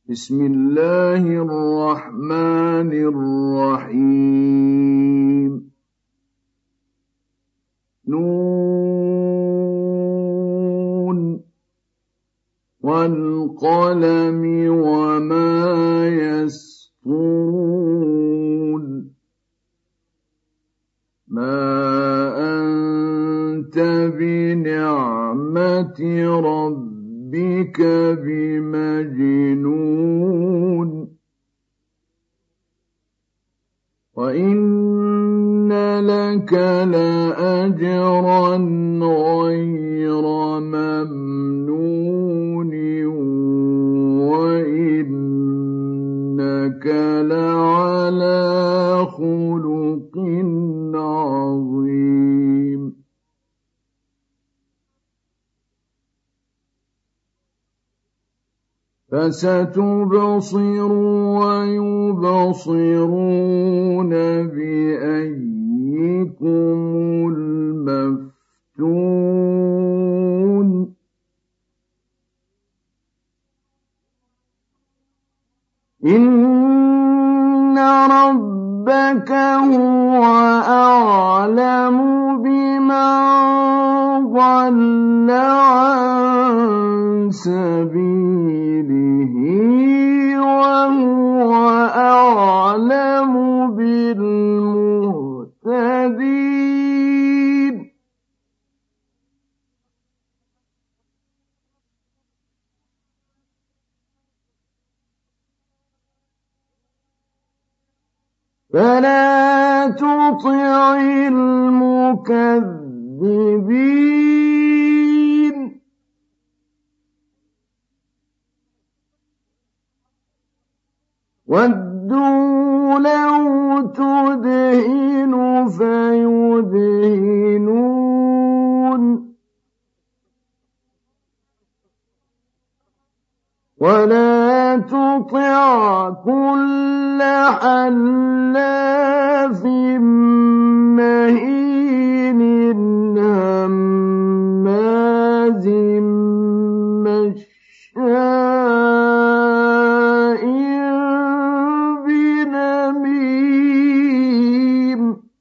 بسم الله الرحمن الرحيم نون والقلم وما يسطرون ما أنت بنعمة ربك بمجنون وإن لك لأجرا غير ممنون وإنك لعلى خلق عظيم فستبصر ويبصرون بأيكم المفتون إن ربك هو أعلم بمن ضل عن سبيله وهو أعلم بالمهتدين فلا تطع المكذبين ودوا لو تدهن فيدهنون ولا تطع كل حلاف مهين هماز مشاء بنميم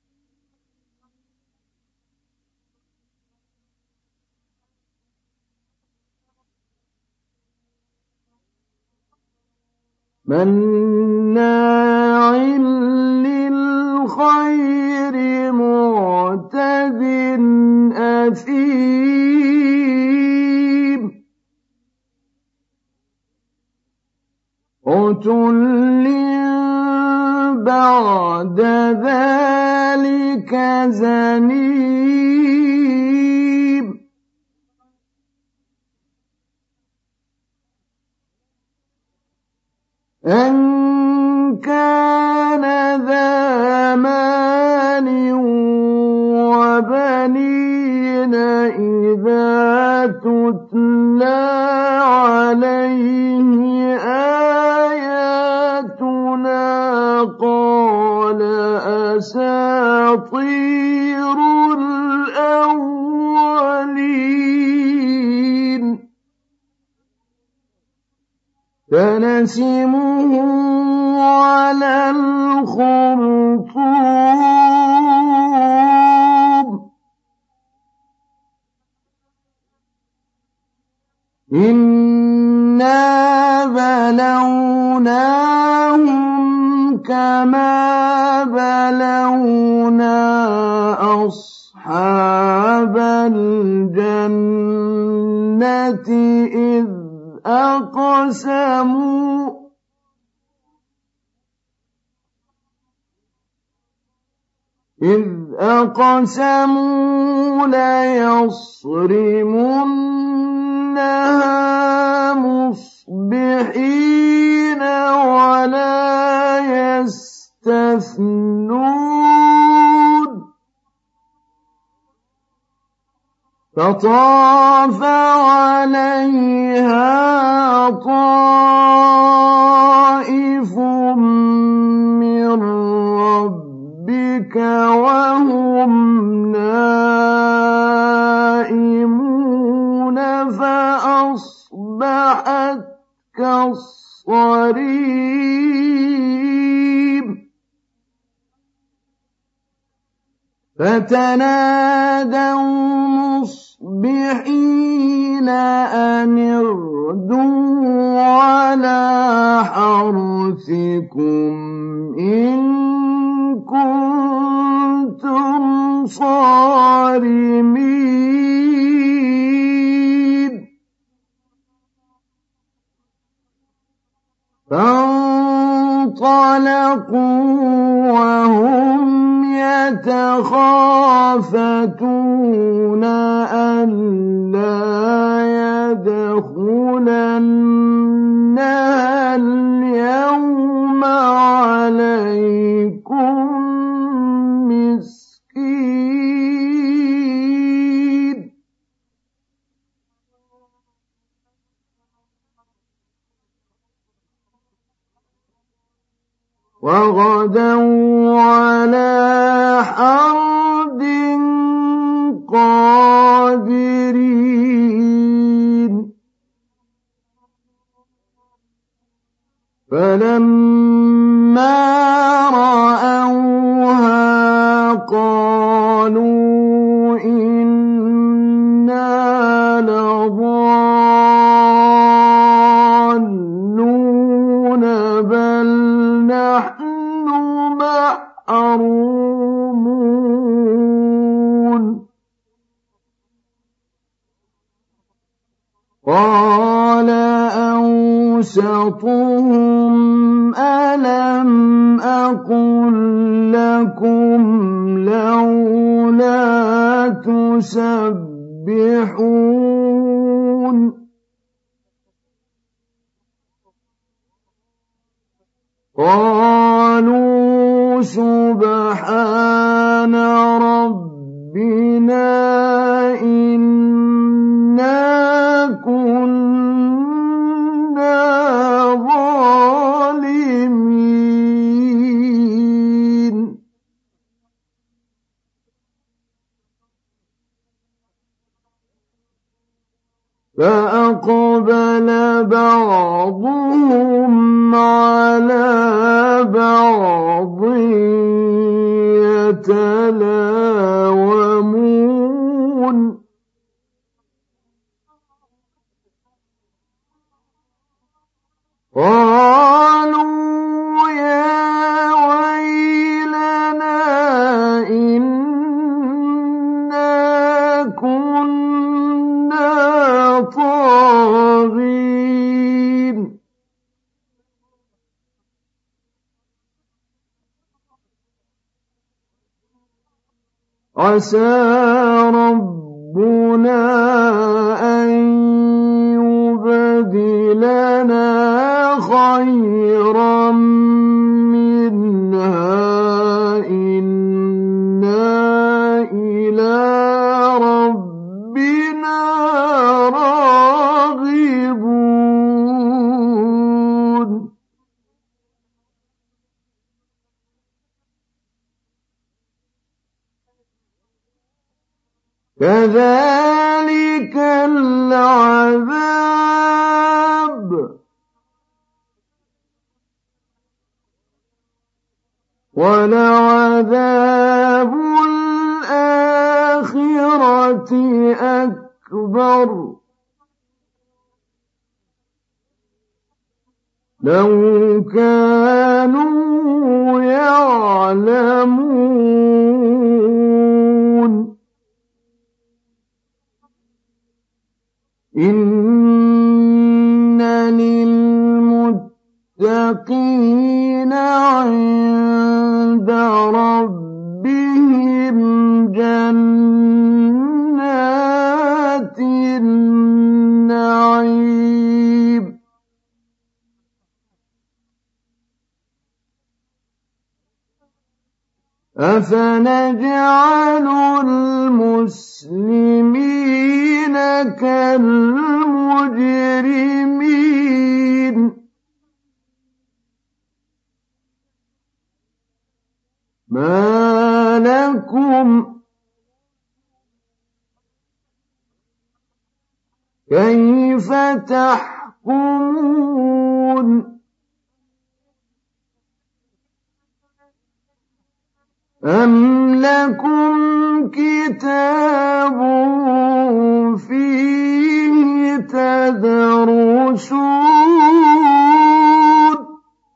مناع للخير معتد أثيم عتل بعد ذلك زنيم أن كان ذا مال وبنين إذا تتلى عليه آياتنا قال أساطير الأولين سنسمه على الخرطوم إنا بلوناهم كما بلونا أصحاب الجنة إذ أقسموا ليصرمنها مصبحين ولا يستثنون فطاف عليها طائف من ربك وهم نائمون فأصبحت كالصريم الصريم فتنادوا مصبحين أن اغدوا على حرثكم إن كنتم صارمين فانطلقوا وهم يتخافتون ألا يدخلنها اليوم عليكم مسكين وغدوا على حرد قادرين فلما رأوها قالوا إنا لضالون بل نحن محرومون قال أوسطهم ألم أقل لكم لولا تسبحون قالوا سبحان ربنا إنا كنا ظالمين فأقبل بعضهم على بعض يتلاومون قالوا يا ويلنا إنا كنا طاغين عسى ربنا أن يبدلنا خيرا منها إنا إلى ربنا راغبون كذلك العذاب ولعذاب الآخرة أكبر لو كانوا يعلمون إن للمتقين عند ربهم جنات النعيم أفنجعل المسلمين كالمجرمين ما لكم كيف تحكمون أَمْ لَكُمْ كِتَابٌ فِيهِ تَدْرُسُونَ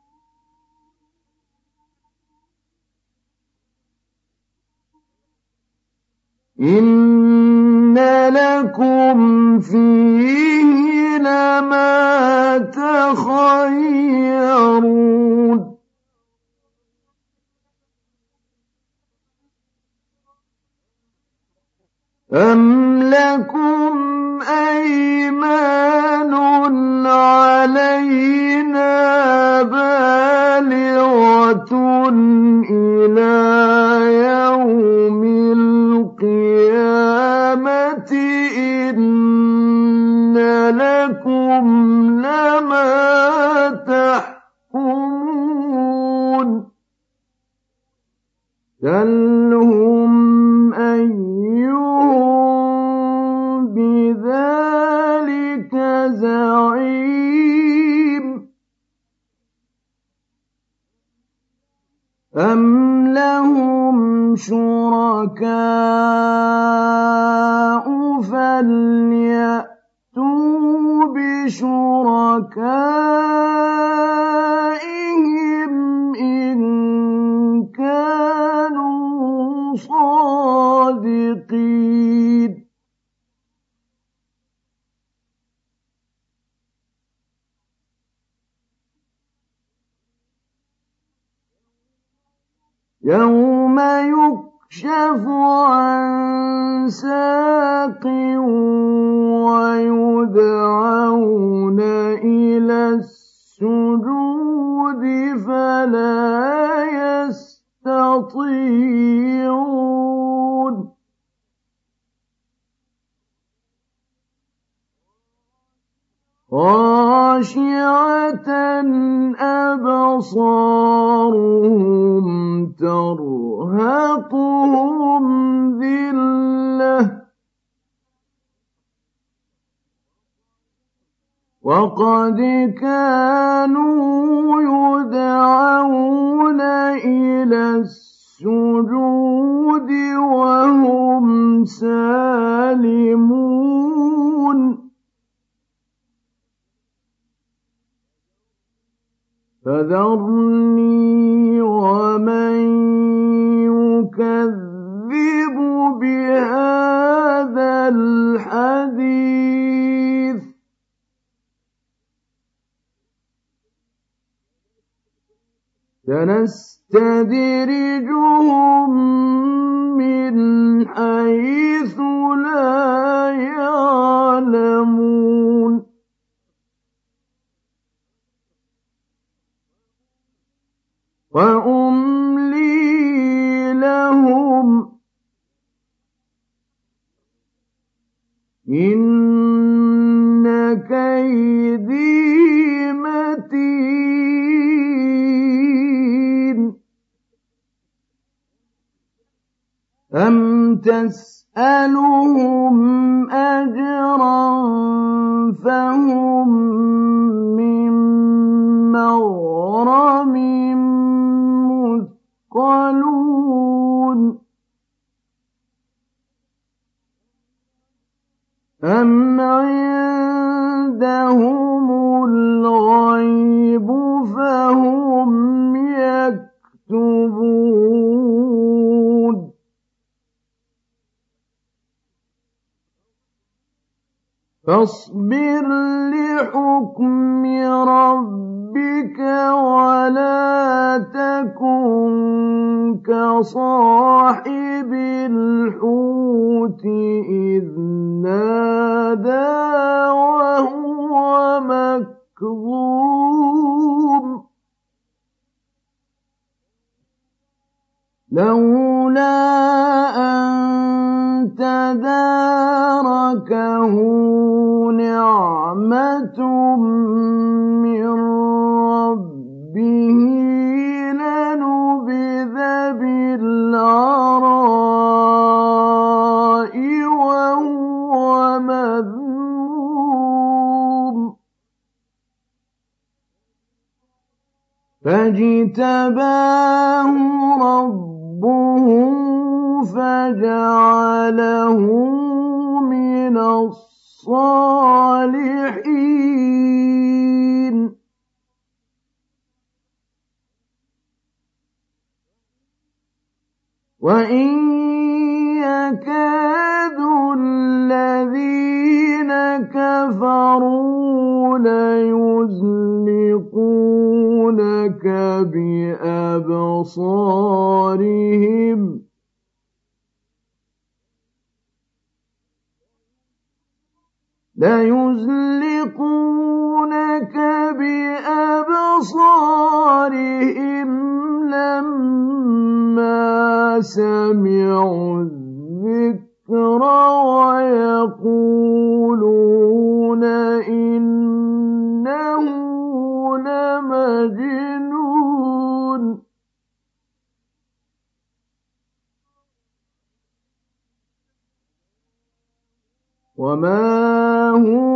إِنَّ لَكُمْ فِيهِ لَمَا تَخَيَّرُونَ أَمْ لَكُمْ أَيْمَانٌ عَلَيْنَا بَالِغَةٌ إِلَىٰ يَوْمِ الْقِيَامَةِ إِنَّ لَكُمْ لَمَا تَحْكُمُونَ سَلْهُمْ أَيُّهُم بِذَٰلِكَ زَعِيمٌ أَمْ لَهُمْ شُرَكَاءُ فَلْيَأْتُوا بِشُرَكَائِهِمْ إِن كَانُوا صَادِقِينَ يَوْمَ يُكْشَفُ عَن سَاقٍ وَيُدْعَوْنَ إِلَى السُّجُودِ فَلَا يَسْتَطِيعُونَ خَاشِعَةً أَبْصَارُهُمْ تَرْهَقُهُمْ ذِلَّةٌ وَقَدْ كَانُوا يُدْعَوْنَ إِلَى السُّجُودِ وَهُمْ سَالِمُونَ فَذَرْنِي وَمَن يُكَذِّبُ بِهَٰذَا الْحَدِيثِ سَنَسْتَدْرِجُهُم مِّنْ حَيْثُ لَا يَعْلَمُونَ وَأُمْلِي لَهُمْ إِنَّ كَيْدِي مَتِينٌ أَمْ تَسْأَلُهُمْ أَجْرًا فَهُم مِّن مَّغْرَمٍ مثقلون أَمْ عِندَهُمُ الْغَيْبُ فَهُمْ يَكْتُبُونَ فاصبر لحكم ربك ولا تكن كصاحب الحوت إذ نادى وهو مكظوم لولا أن تداركه نعمة من ربه لنبذ بالعراء وهو مذموم فاجتباه ربه فجعله من الصالحين وإن يكاد الذين كفروا ليزلقونك بأبصارهم لما سمعوا الذكر ويقولون إنه لمجنون وما هو